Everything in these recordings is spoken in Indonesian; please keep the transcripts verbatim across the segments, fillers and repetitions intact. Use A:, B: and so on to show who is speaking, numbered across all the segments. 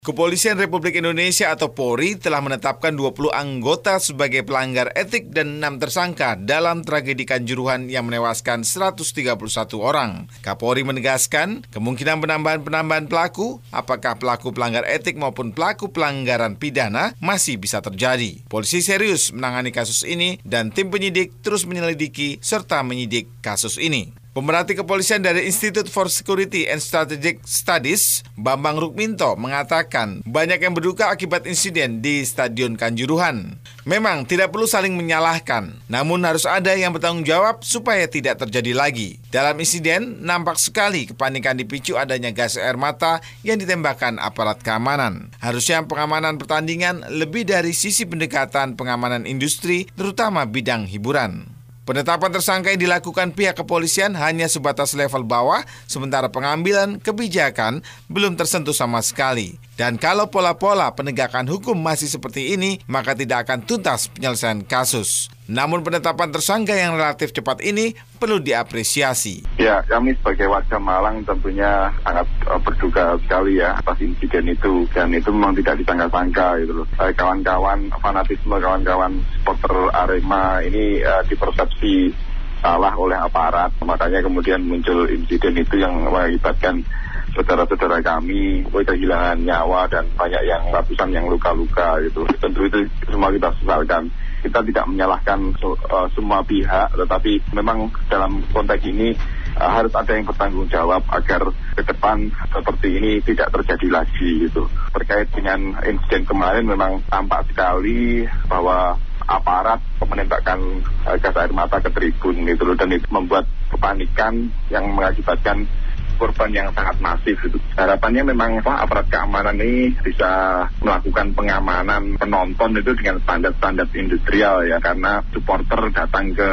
A: Kepolisian Republik Indonesia atau Polri telah menetapkan dua puluh anggota sebagai pelanggar etik dan enam tersangka dalam tragedi Kanjuruhan yang menewaskan seratus tiga puluh satu orang. Kapolri menegaskan kemungkinan penambahan-penambahan pelaku, apakah pelaku pelanggar etik maupun pelaku pelanggaran pidana, masih bisa terjadi. Polisi serius menangani kasus ini dan tim penyidik terus menyelidiki serta menyidik kasus ini. Pemerhati kepolisian dari Institute for Security and Strategic Studies, Bambang Rukminto, mengatakan banyak yang berduka akibat insiden di Stadion Kanjuruhan. Memang tidak perlu saling menyalahkan, namun harus ada yang bertanggung jawab supaya tidak terjadi lagi. Dalam insiden, nampak sekali kepanikan dipicu adanya gas air mata yang ditembakkan aparat keamanan. Harusnya pengamanan pertandingan lebih dari sisi pendekatan pengamanan industri, terutama bidang hiburan. Penetapan tersangka yang dilakukan pihak kepolisian hanya sebatas level bawah, sementara pengambilan kebijakan belum tersentuh sama sekali. Dan kalau pola-pola penegakan hukum masih seperti ini, maka tidak akan tuntas penyelesaian kasus. Namun penetapan tersangka yang relatif cepat ini perlu diapresiasi.
B: Ya, kami sebagai warga Malang tentunya sangat uh, berduka sekali ya atas insiden itu. Dan itu memang tidak disangka-sangka gitu loh. Uh, kawan-kawan fanatisme, kawan-kawan supporter Arema ini uh, dipersepsi salah oleh aparat. Makanya kemudian muncul insiden itu yang mengakibatkan saudara-saudara kami kehilangan nyawa dan banyak yang ratusan yang luka-luka gitu. Tentu itu semua kita sesalkan. Kita tidak menyalahkan uh, semua pihak, tetapi memang dalam konteks ini uh, harus ada yang bertanggung jawab agar ke depan seperti ini tidak terjadi lagi gitu. Terkait dengan insiden kemarin memang tampak sekali bahwa aparat menembakkan uh, gas air mata ke tribun gitu loh, dan itu membuat kepanikan yang mengakibatkan korban yang sangat masif itu. Harapannya memang apa, aparat keamanan ini bisa melakukan pengamanan penonton itu dengan standar-standar industrial ya, karena supporter datang ke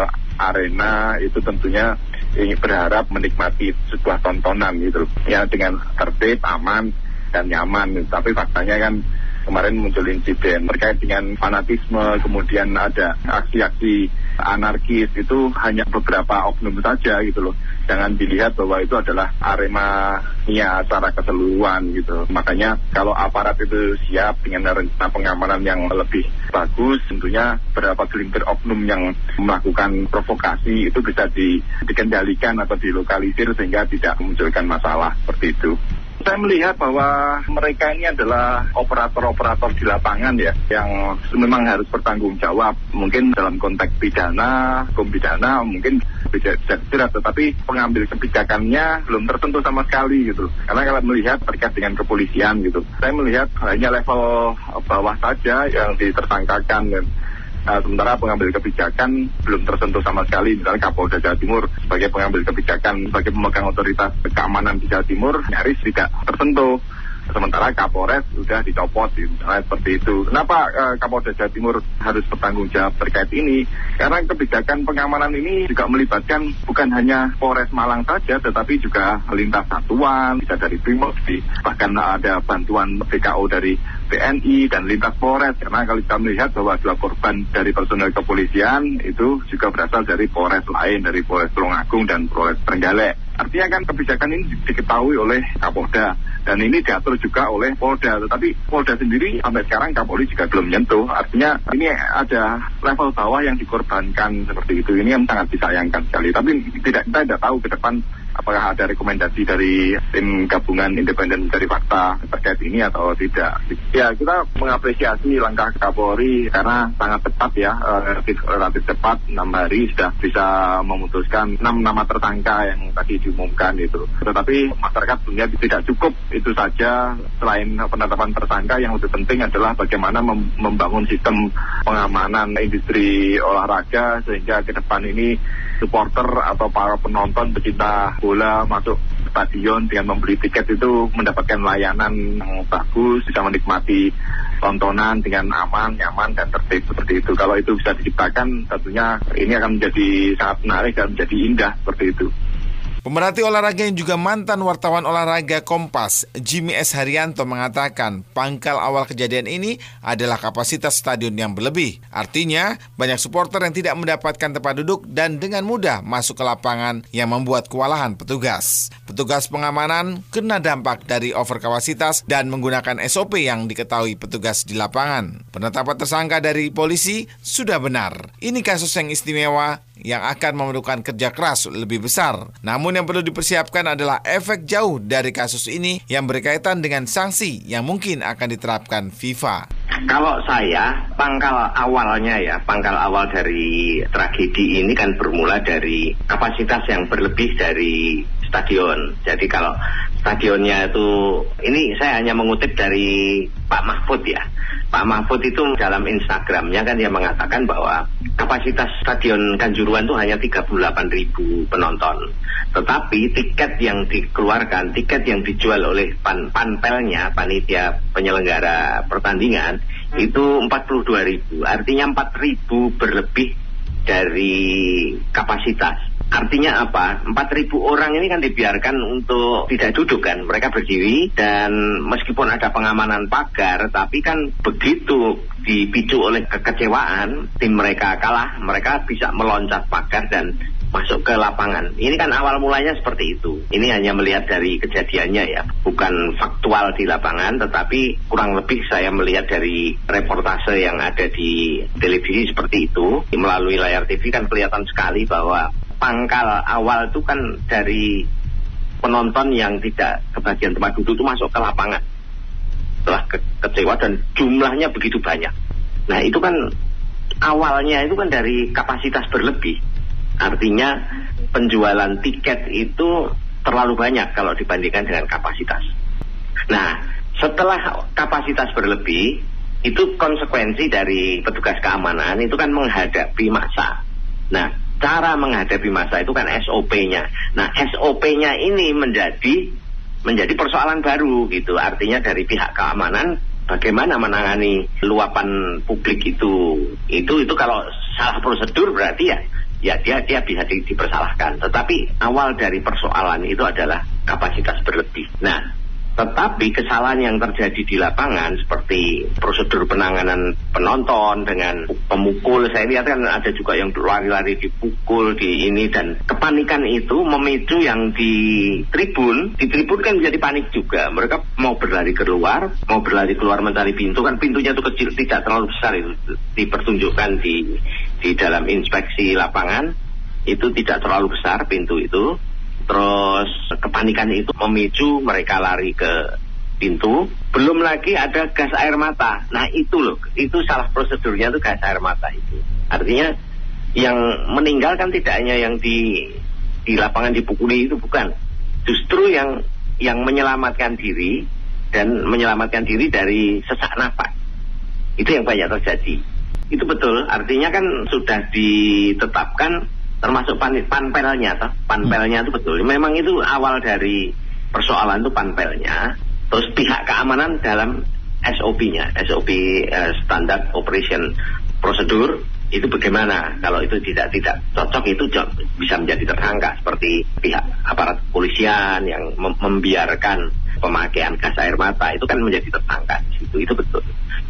B: arena itu tentunya ingin berharap menikmati sebuah tontonan gitu ya, dengan tertib, aman dan nyaman. Tapi faktanya kan kemarin muncul insiden terkait dengan fanatisme, kemudian ada aksi-aksi anarkis, itu hanya beberapa oknum saja gitu loh. Jangan dilihat bahwa itu adalah Aremania secara keseluruhan gitu. Makanya kalau aparat itu siap dengan rencana pengamanan yang lebih bagus, tentunya beberapa gelintir oknum yang melakukan provokasi itu bisa di, dikendalikan atau dilokalisir sehingga tidak memunculkan masalah seperti itu. Saya melihat bahwa mereka ini adalah operator-operator di lapangan ya, yang memang harus bertanggung jawab. Mungkin dalam konteks pidana, hukum pidana, mungkin bisa tidak, tetapi pengambil kebijakannya belum tertentu sama sekali gitu. Karena kalau melihat terkait dengan kepolisian gitu, saya melihat hanya level bawah saja yang ditersangkakan, dan Nah, sementara pengambil kebijakan belum tersentuh sama sekali. Misalnya Kapolda Jawa Timur sebagai pengambil kebijakan, sebagai pemegang otoritas keamanan di Jawa Timur, nyaris tidak tersentuh. Sementara Kapolres sudah dicopot, misalnya seperti itu. Kenapa uh, Kapolda Jawa Timur harus bertanggung jawab terkait ini? Karena kebijakan pengamanan ini juga melibatkan bukan hanya Polres Malang saja, tetapi juga lintas satuan, bisa dari Brimob, bahkan ada bantuan B K O dari T N I dan lintas Polres. Karena kalau kita melihat bahwa dua korban dari personel kepolisian itu juga berasal dari Polres lain, dari Polres Tulungagung dan Polres Trenggalek. Artinya kan kebijakan ini diketahui oleh Kapolda dan ini diatur juga oleh Polda, tetapi Polda sendiri sampai sekarang Kapolri juga belum menyentuh. Artinya ini ada level bawah yang dikorbankan seperti itu. Ini yang sangat disayangkan sekali. Tapi tidak, kita tidak tahu ke depan apakah ada rekomendasi dari tim gabungan independen dari fakta terkait ini atau tidak. Ya, kita mengapresiasi langkah Kapolri karena sangat cepat ya, relatif, relatif cepat, enam hari sudah bisa memutuskan enam nama tersangka yang tadi diumumkan itu. Tetapi masyarakat dunia tidak cukup itu saja. Selain penetapan tersangka, yang lebih penting adalah bagaimana mem- membangun sistem pengamanan industri olahraga sehingga ke depan ini supporter atau para penonton pecinta bola masuk stadion dengan membeli tiket itu mendapatkan layanan yang bagus, bisa menikmati tontonan dengan aman, nyaman, dan tertib seperti itu. Kalau itu bisa diciptakan, tentunya ini akan menjadi sangat menarik dan menjadi indah seperti itu.
A: Pemerhati olahraga yang juga mantan wartawan olahraga Kompas, Jimmy S. Haryanto mengatakan pangkal awal kejadian ini adalah kapasitas stadion yang berlebih. Artinya, banyak supporter yang tidak mendapatkan tempat duduk dan dengan mudah masuk ke lapangan yang membuat kewalahan petugas. Petugas pengamanan kena dampak dari overkapasitas dan menggunakan S O P yang diketahui petugas di lapangan. Penetapan tersangka dari polisi sudah benar. Ini kasus yang istimewa yang akan memerlukan kerja keras lebih besar. Namun yang perlu dipersiapkan adalah efek jauh dari kasus ini yang berkaitan dengan sanksi yang mungkin akan diterapkan FIFA.
C: Kalau saya, pangkal awalnya ya, pangkal awal dari tragedi ini kan bermula dari kapasitas yang berlebih dari stadion. Jadi kalau stadionnya itu, ini saya hanya mengutip dari Pak Mahfud ya. Pak Mahfud itu dalam Instagramnya kan dia mengatakan bahwa kapasitas Stadion Kanjuruhan itu hanya tiga puluh delapan ribu penonton. Tetapi tiket yang dikeluarkan, tiket yang dijual oleh pan panpelnya, panitia penyelenggara pertandingan, itu empat puluh dua ribu. Artinya empat ribu berlebih dari kapasitas. Artinya apa? empat ribu orang ini kan dibiarkan untuk tidak duduk kan. Mereka berdiri dan meskipun ada pengamanan pagar, tapi kan begitu dipicu oleh kekecewaan, tim mereka kalah, mereka bisa meloncat pagar dan masuk ke lapangan. Ini kan awal mulanya seperti itu. Ini hanya melihat dari kejadiannya ya, bukan faktual di lapangan, tetapi kurang lebih saya melihat dari reportase yang ada di televisi seperti itu. Melalui layar T V kan kelihatan sekali bahwa pangkal awal itu kan dari penonton yang tidak kebagian tempat duduk itu masuk ke lapangan setelah ke kecewa dan jumlahnya begitu banyak. Nah itu kan awalnya itu kan dari kapasitas berlebih. Artinya penjualan tiket itu terlalu banyak kalau dibandingkan dengan kapasitas. Nah setelah kapasitas berlebih, itu konsekuensi dari petugas keamanan itu kan menghadapi massa. Nah cara menghadapi massa itu kan S O P-nya. Nah, S O P-nya ini menjadi menjadi persoalan baru gitu. Artinya dari pihak keamanan bagaimana menangani luapan publik itu. Itu itu kalau salah prosedur berarti ya ya dia dia bisa di, dipersalahkan. Tetapi awal dari persoalan itu adalah kapasitas berlebih. Nah, tetapi kesalahan yang terjadi di lapangan seperti prosedur penanganan penonton dengan pemukul, saya lihat kan ada juga yang lari-lari dipukul di ini, dan kepanikan itu memicu yang di tribun, di tribun kan menjadi panik juga. Mereka mau berlari keluar, mau berlari keluar mencari pintu, kan pintunya itu kecil, tidak terlalu besar, itu dipertunjukkan di di dalam inspeksi lapangan, itu tidak terlalu besar pintu itu. Terus kepanikan itu memicu mereka lari ke pintu. Belum lagi ada gas air mata. Nah itu loh, itu salah prosedurnya itu gas air mata itu. Artinya yang meninggal kan tidak hanya yang di di lapangan dipukuli itu, bukan. Justru yang yang menyelamatkan diri dan menyelamatkan diri dari sesak nafas. Itu yang banyak terjadi. Itu betul. Artinya kan sudah ditetapkan, termasuk pan, panpelnya, toh. Panpelnya itu betul. Memang itu awal dari persoalan itu panpelnya. Terus pihak keamanan dalam S O P-nya, S O P uh, Standard Operation Prosedur itu bagaimana? Kalau itu tidak tidak cocok, itu bisa menjadi tersangka seperti pihak aparat kepolisian yang mem membiarkan pemakaian gas air mata, itu kan menjadi tersangka di situ. Itu betul.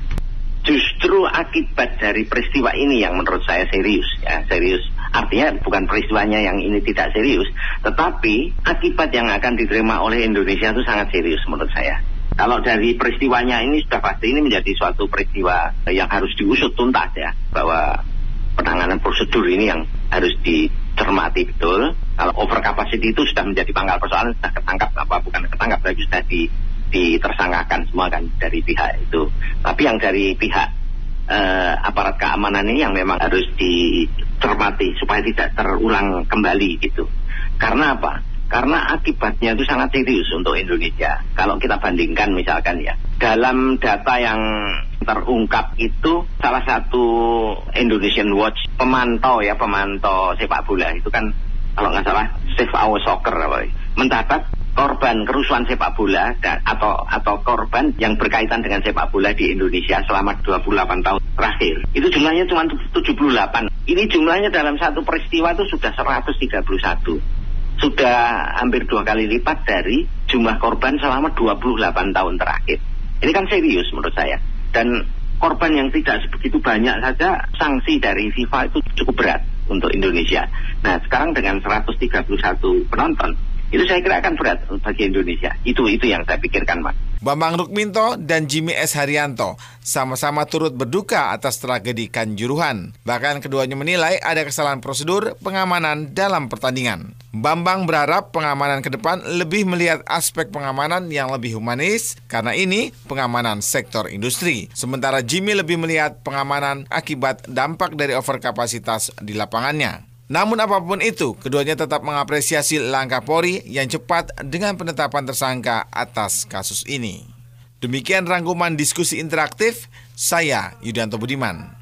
C: Justru akibat dari peristiwa ini yang menurut saya serius, ya serius. Artinya bukan peristiwanya yang ini tidak serius, tetapi akibat yang akan diterima oleh Indonesia itu sangat serius menurut saya. Kalau dari peristiwanya ini sudah pasti ini menjadi suatu peristiwa yang harus diusut tuntas ya, bahwa penanganan prosedur ini yang harus dicermati betul. Kalau over capacity itu sudah menjadi pangkal persoalan, sudah ketangkap apa bukan ketangkap, tapi sudah di ditersangkakan semua kan dari pihak itu. Tapi yang dari pihak uh, aparat keamanan ini yang memang harus dicermati supaya tidak terulang kembali gitu. Karena apa? Karena akibatnya itu sangat serius untuk Indonesia. Kalau kita bandingkan misalkan ya, dalam data yang terungkap itu salah satu Indonesian Watch pemantau ya, pemantau sepak bola itu kan kalau nggak salah Save Our Soccer apa, mencatat korban kerusuhan sepak bola dan, atau atau korban yang berkaitan dengan sepak bola di Indonesia selama dua puluh delapan tahun terakhir itu jumlahnya cuma tujuh puluh delapan. Ini jumlahnya dalam satu peristiwa itu sudah seratus tiga puluh satu. sudah hampir dua kali lipat dari jumlah korban selama dua puluh delapan tahun terakhir. Ini kan serius menurut saya. Dan korban yang tidak sebegitu banyak saja, sanksi dari FIFA itu cukup berat untuk Indonesia. Nah, sekarang dengan seratus tiga puluh satu penonton, itu saya kira akan berat bagi Indonesia. Itu itu yang saya pikirkan, Mas.
A: Bambang Rukminto dan Jimmy S. Haryanto sama-sama turut berduka atas tragedi Kanjuruhan. Bahkan keduanya menilai ada kesalahan prosedur pengamanan dalam pertandingan. Bambang berharap pengamanan ke depan lebih melihat aspek pengamanan yang lebih humanis karena ini pengamanan sektor industri. Sementara Jimmy lebih melihat pengamanan akibat dampak dari overkapasitas di lapangannya. Namun apapun itu, keduanya tetap mengapresiasi langkah Polri yang cepat dengan penetapan tersangka atas kasus ini. Demikian rangkuman diskusi interaktif, saya Yudianto Budiman.